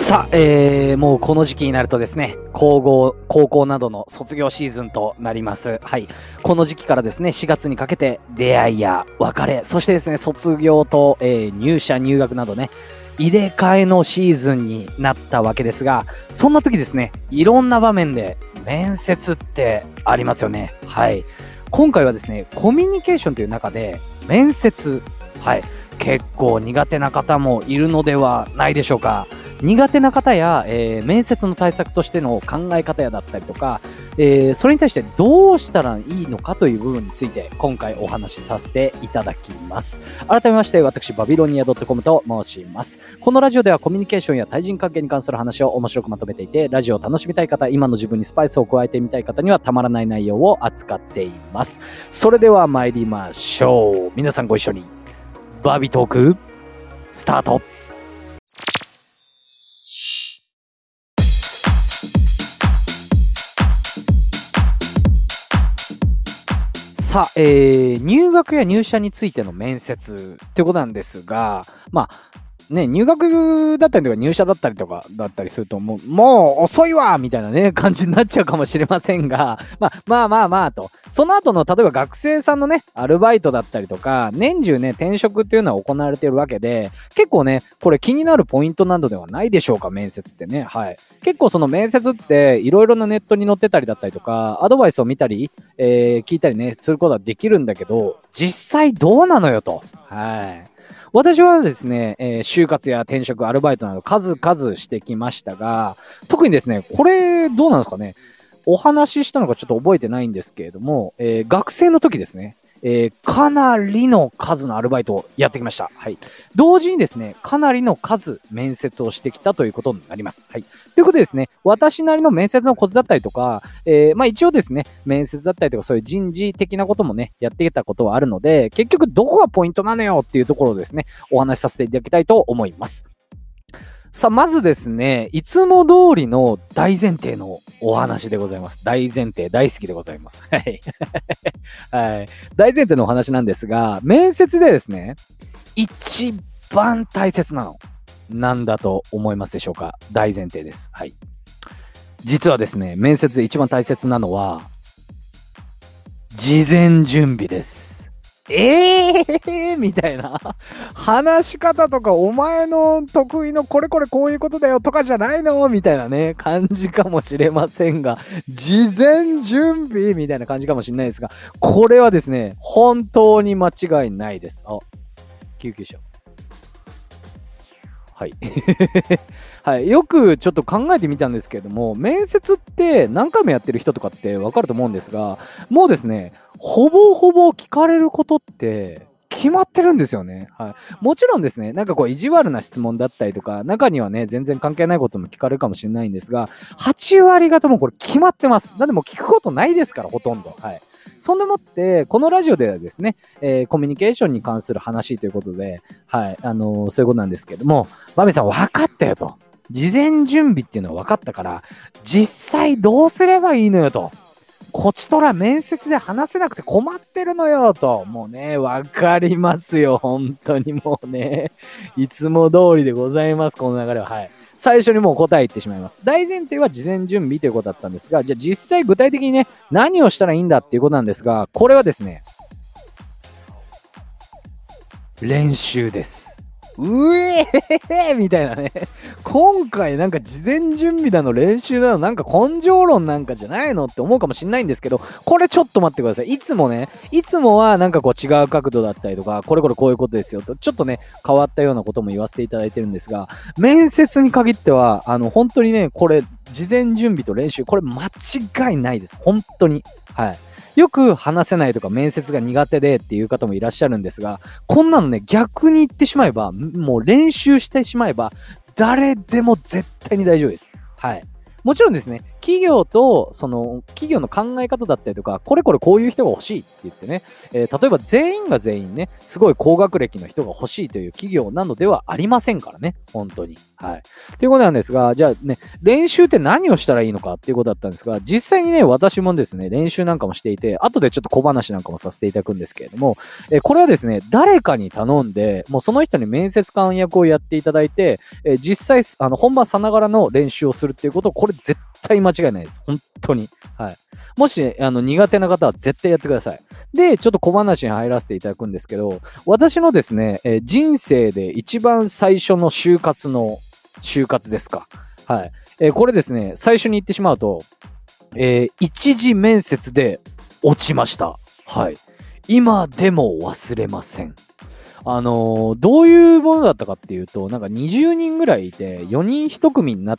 もうこの時期になるとですね、高校などの卒業シーズンとなります。はい。この時期からですね、4月にかけて出会いや別れ、そしてですね、卒業と、入社、入学などね、入れ替えのシーズンになったわけですが、そんな時ですね、いろんな場面で面接ってありますよね。はい。今回はですね、コミュニケーションという中で、面接、はい。結構苦手な方もいるのではないでしょうか。苦手な方や、面接の対策としての考え方やだったりとか、それに対してどうしたらいいのかという部分について今回お話しさせていただきます。改めまして私バビロニア .com と申します。このラジオではコミュニケーションや対人関係に関する話を面白くまとめていて、ラジオを楽しみたい方、今の自分にスパイスを加えてみたい方にはたまらない内容を扱っています。それでは参りましょう。皆さんご一緒にバビトークスタート。入学や入社についての面接ってことなんですが、入学だったりとか入社だったりとかだったりするともう遅いわみたいなね感じになっちゃうかもしれませんが、とその後の例えば学生さんのねアルバイトだったりとか年中ね転職っていうのは行われているわけで、結構ねこれ気になるポイントなどではないでしょうか。面接ってね、はい、結構その面接っていろいろなネットに載ってたりだったりとかアドバイスを見たり、聞いたりねすることはできるんだけど、実際どうなのよと。はい、私はですね、就活や転職、アルバイトなど数々してきましたが、特にですね、これどうなんですかね、お話ししたのかちょっと覚えてないんですけれども、学生の時ですね、かなりの数のアルバイトをやってきました。はい。同時にですね、かなりの数面接をしてきたということになります。はい。ということでですね、私なりの面接のコツだったりとか、一応ですね、面接だったりとかそういう人事的なこともね、やってきたことはあるので、結局どこがポイントなのよっていうところをですね、お話しさせていただきたいと思います。さあ、まずですね、いつも通りの大前提のお話でございます。大前提大好きでございます。はい。はい。大前提のお話なんですが、面接でですね、一番大切なの、なんだと思いますでしょうか。大前提です。はい。実はですね、面接で一番大切なのは、事前準備です。みたいな話し方とかお前の得意のこれこういうことだよとかじゃないのみたいなね感じかもしれませんが、事前準備みたいな感じかもしれないですが、これはですね本当に間違いないです。あ、救急車。はいはい、よくちょっと考えてみたんですけれども、面接って何回もやってる人とかって分かると思うんですが、もうですねほぼほぼ聞かれることって決まってるんですよね。はい、もちろんですね、なんかこう意地悪な質問だったりとか、中にはね全然関係ないことも聞かれるかもしれないんですが、8割方もこれ決まってます。なんでも聞くことないですから、ほとんど。はい。そんでもってこのラジオではですね、コミュニケーションに関する話ということで、はい、そういうことなんですけども、バメさん分かったよと。事前準備っていうのは分かったから、実際どうすればいいのよと。こちとら面接で話せなくて困ってるのよと。もうね、分かりますよ。本当にもうね、いつも通りでございます。この流れは。はい。最初にもう答え言ってしまいます。大前提は事前準備ということだったんですが、じゃあ実際具体的にね、何をしたらいいんだっていうことなんですが、これはですね、練習です。みたいなね。今回なんか事前準備だの練習だのなんか根性論なんかじゃないのって思うかもしれないんですけど、これちょっと待ってください。いつもはなんかこう違う角度だったりとか、こういうことですよと、ちょっとね、変わったようなことも言わせていただいてるんですが、面接に限っては、本当にね、これ、事前準備と練習、これ間違いないです。本当に。はい。よく話せないとか面接が苦手でっていう方もいらっしゃるんですが、こんなのね逆に言ってしまえば、もう練習してしまえば誰でも絶対に大丈夫です。はい。もちろんですね、企業とその企業の考え方だったりとか、こういう人が欲しいって言ってね、例えば全員が全員ねすごい高学歴の人が欲しいという企業なのではありませんからね。本当に。 はい。ということなんですが、じゃあね、練習って何をしたらいいのかっていうことだったんですが、実際にね、私もですね、練習なんかもしていて、後でちょっと小話なんかもさせていただくんですけれども、これはですね、誰かに頼んで、もうその人に面接官役をやっていただいて、実際、本番さながらの練習をするっていうこと、これ絶対間違いないです。本当に。はい。もし、苦手な方は絶対やってください。で、ちょっと小話に入らせていただくんですけど、私のですね、人生で一番最初の就活ですか。はい。これですね、最初に言ってしまうと、一次面接で落ちました。はい。今でも忘れません。どういうものだったかっていうと、なんか20人ぐらいいて、4人1組になって、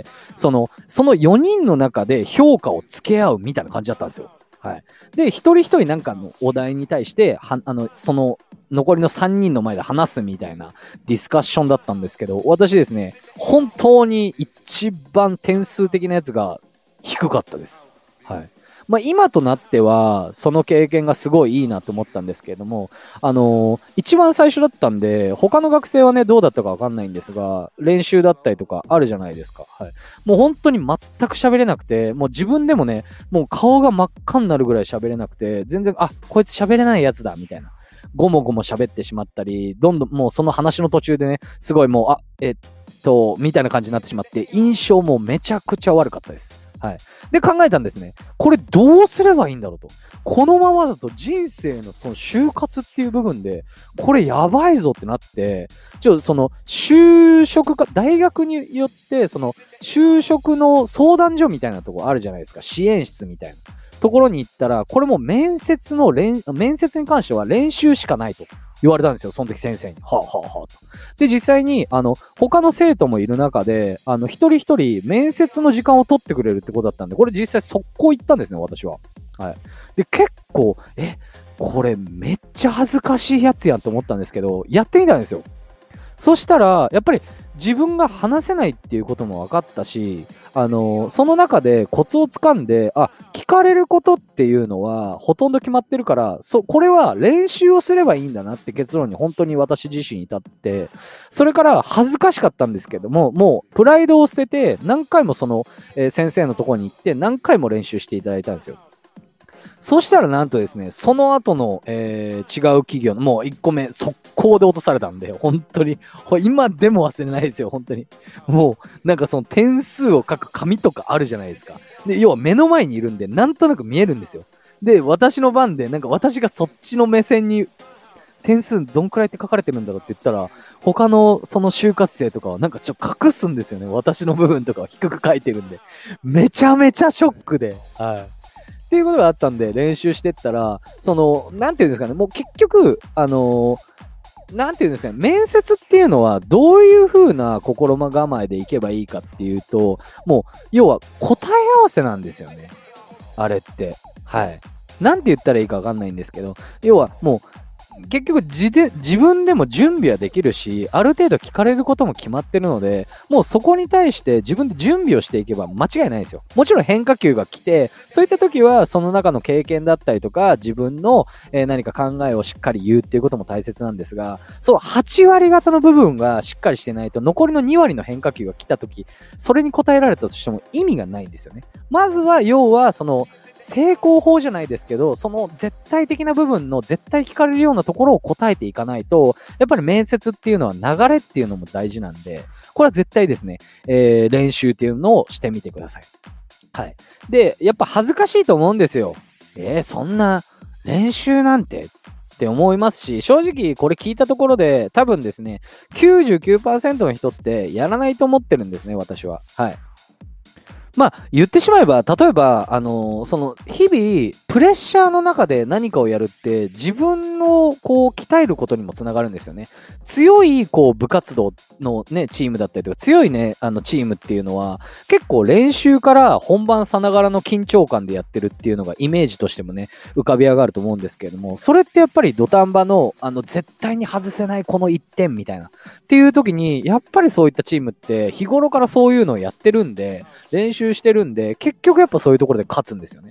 その4人の中で評価をつけ合うみたいな感じだったんですよ。はい。で、一人一人なんかのお題に対して、その残りの3人の前で話すみたいなディスカッションだったんですけど、私ですね、本当に一番点数的なやつが低かったです。はい。まあ、今となっては、その経験がすごいいいなと思ったんですけれども、一番最初だったんで、他の学生はね、どうだったかわかんないんですが、練習だったりとかあるじゃないですか。はい。もう本当に全く喋れなくて、もう自分でもね、もう顔が真っ赤になるぐらい喋れなくて、全然、あ、こいつ喋れないやつだ、みたいな。ごもごも喋ってしまったり、どんどんもうその話の途中でね、すごいもう、みたいな感じになってしまって、印象もめちゃくちゃ悪かったです。はい。で、考えたんですね。これどうすればいいんだろうと。このままだと人生のその就活っていう部分で、これやばいぞってなって、その就職か、大学によって、その就職の相談所みたいなところあるじゃないですか。支援室みたいなところに行ったら、これも面接に関しては練習しかないと言われたんですよ。その時先生に。はあ、はあはあと。で、実際に、他の生徒もいる中で、一人一人面接の時間を取ってくれるってことだったんで、これ実際速攻行ったんですね、私は。はい。で、結構、これめっちゃ恥ずかしいやつやんと思ったんですけど、やってみたんですよ。そしたら、やっぱり自分が話せないっていうことも分かったし、その中でコツをつかんで、聞かれることっていうのはほとんど決まってるから、これは練習をすればいいんだなって結論に本当に私自身至って、それから恥ずかしかったんですけども、もうプライドを捨てて、何回もその、先生のところに行って何回も練習していただいたんですよ。そしたらなんとですね、その後の、違う企業のもう1個目、速攻で落とされたんで、本当に、今でも忘れないですよ、本当に。もう、なんかその点数を書く紙とかあるじゃないですか。で、要は目の前にいるんで、なんとなく見えるんですよ。で、私の番で、なんか私がそっちの目線に、点数どんくらいって書かれてるんだろうって言ったら、他のその就活生とかはなんかちょっと隠すんですよね。私の部分とかは低く書いてるんで。めちゃめちゃショックで。はい。っていうことがあったんで練習してったら、なんていうんですかね、もう結局、なんていうんですかね、面接っていうのはどういう風な心構えでいけばいいかっていうと、もう、要は答え合わせなんですよね。あれって。はい。なんて言ったらいいかわかんないんですけど、要はもう、結局自分でも準備はできるし、ある程度聞かれることも決まってるので、もうそこに対して自分で準備をしていけば間違いないんですよ。もちろん変化球が来て、そういった時はその中の経験だったりとか、自分の、何か考えをしっかり言うっていうことも大切なんですが、そう、8割方の部分がしっかりしてないと、残りの2割の変化球が来た時、それに応えられたとしても意味がないんですよね。まずは、要は、成功法じゃないですけど、その絶対的な部分の絶対聞かれるようなところを答えていかないと、やっぱり面接っていうのは流れっていうのも大事なんで、これは絶対ですね、練習っていうのをしてみてください。はい。で、やっぱ恥ずかしいと思うんですよ。そんな練習なんてって思いますし、正直これ聞いたところで多分ですね、99% の人ってやらないと思ってるんですね、私は。はい。まあ、言ってしまえば、例えば、日々、プレッシャーの中で何かをやるって、自分の、鍛えることにもつながるんですよね。強い、部活動のね、チームだったりとか、強いね、チームっていうのは、結構練習から本番さながらの緊張感でやってるっていうのが、イメージとしてもね、浮かび上がると思うんですけれども、それってやっぱり土壇場の、絶対に外せないこの1点みたいな、っていう時に、やっぱりそういったチームって、日頃からそういうのをやってるんで、練習してるんで、結局やっぱそういうところで勝つんですよね。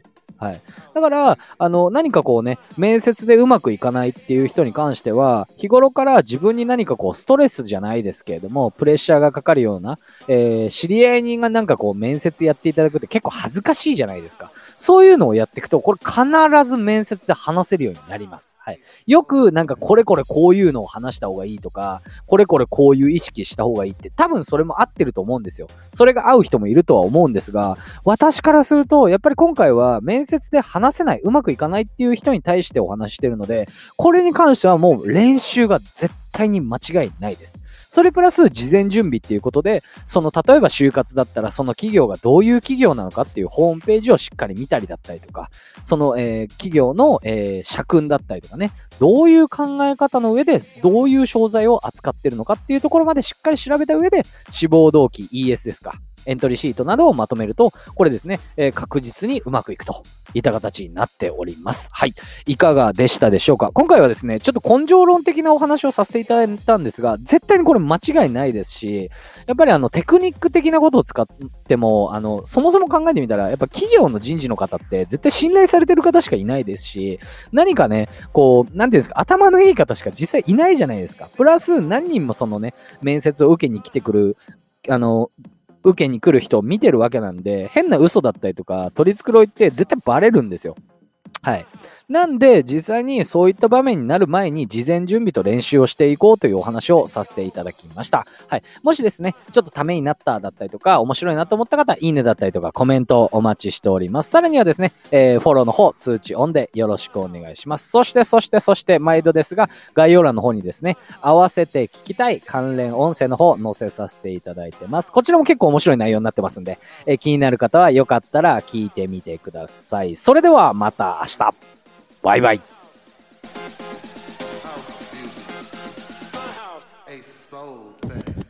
はい。だから、何かこうね、面接でうまくいかないっていう人に関しては、日頃から自分に何かこう、ストレスじゃないですけれども、プレッシャーがかかるような、知り合いにがなんかこう、面接やっていただくって結構恥ずかしいじゃないですか。そういうのをやっていくと、これ必ず面接で話せるようになります。はい。よくなんかこれこれこういうのを話した方がいいとか、これこれこういう意識した方がいいって、多分それも合ってると思うんですよ。それが合う人もいるとは思うんですが、私からすると、やっぱり今回は面接で話せない、うまくいかないっていう人に対してお話してるので、これに関してはもう練習が絶対に間違いないです。それプラス事前準備っていうことで、例えば就活だったらその企業がどういう企業なのかっていうホームページをしっかり見たりだったりとか、企業の、社訓だったりとかね、どういう考え方の上でどういう商材を扱ってるのかっていうところまでしっかり調べた上で、志望動機 ES ですか。エントリーシートなどをまとめると、これですね、確実にうまくいくといった形になっております。はい。いかがでしたでしょうか。今回はですね、ちょっと根性論的なお話をさせていただいたんですが、絶対にこれ間違いないですし、やっぱりテクニック的なことを使っても、そもそも考えてみたら、やっぱ企業の人事の方って絶対信頼されてる方しかいないですし、何かね、こう、なんていうんですか、頭のいい方しか実際いないじゃないですか。プラス何人もそのね、面接を受けに来てくる、受けに来る人を見てるわけなんで、変な嘘だったりとか、取り繕いって絶対バレるんですよ。はい。なんで、実際にそういった場面になる前に、事前準備と練習をしていこうというお話をさせていただきました。はい。もしですね、ちょっとためになっただったりとか、面白いなと思った方、いいねだったりとか、コメントお待ちしております。さらにはですね、フォローの方、通知オンでよろしくお願いします。そして、毎度ですが、概要欄の方にですね、合わせて聞きたい関連音声の方、載せさせていただいてます。こちらも結構面白い内容になってますんで、気になる方はよかったら聞いてみてください。それではまた明日。バイバイ。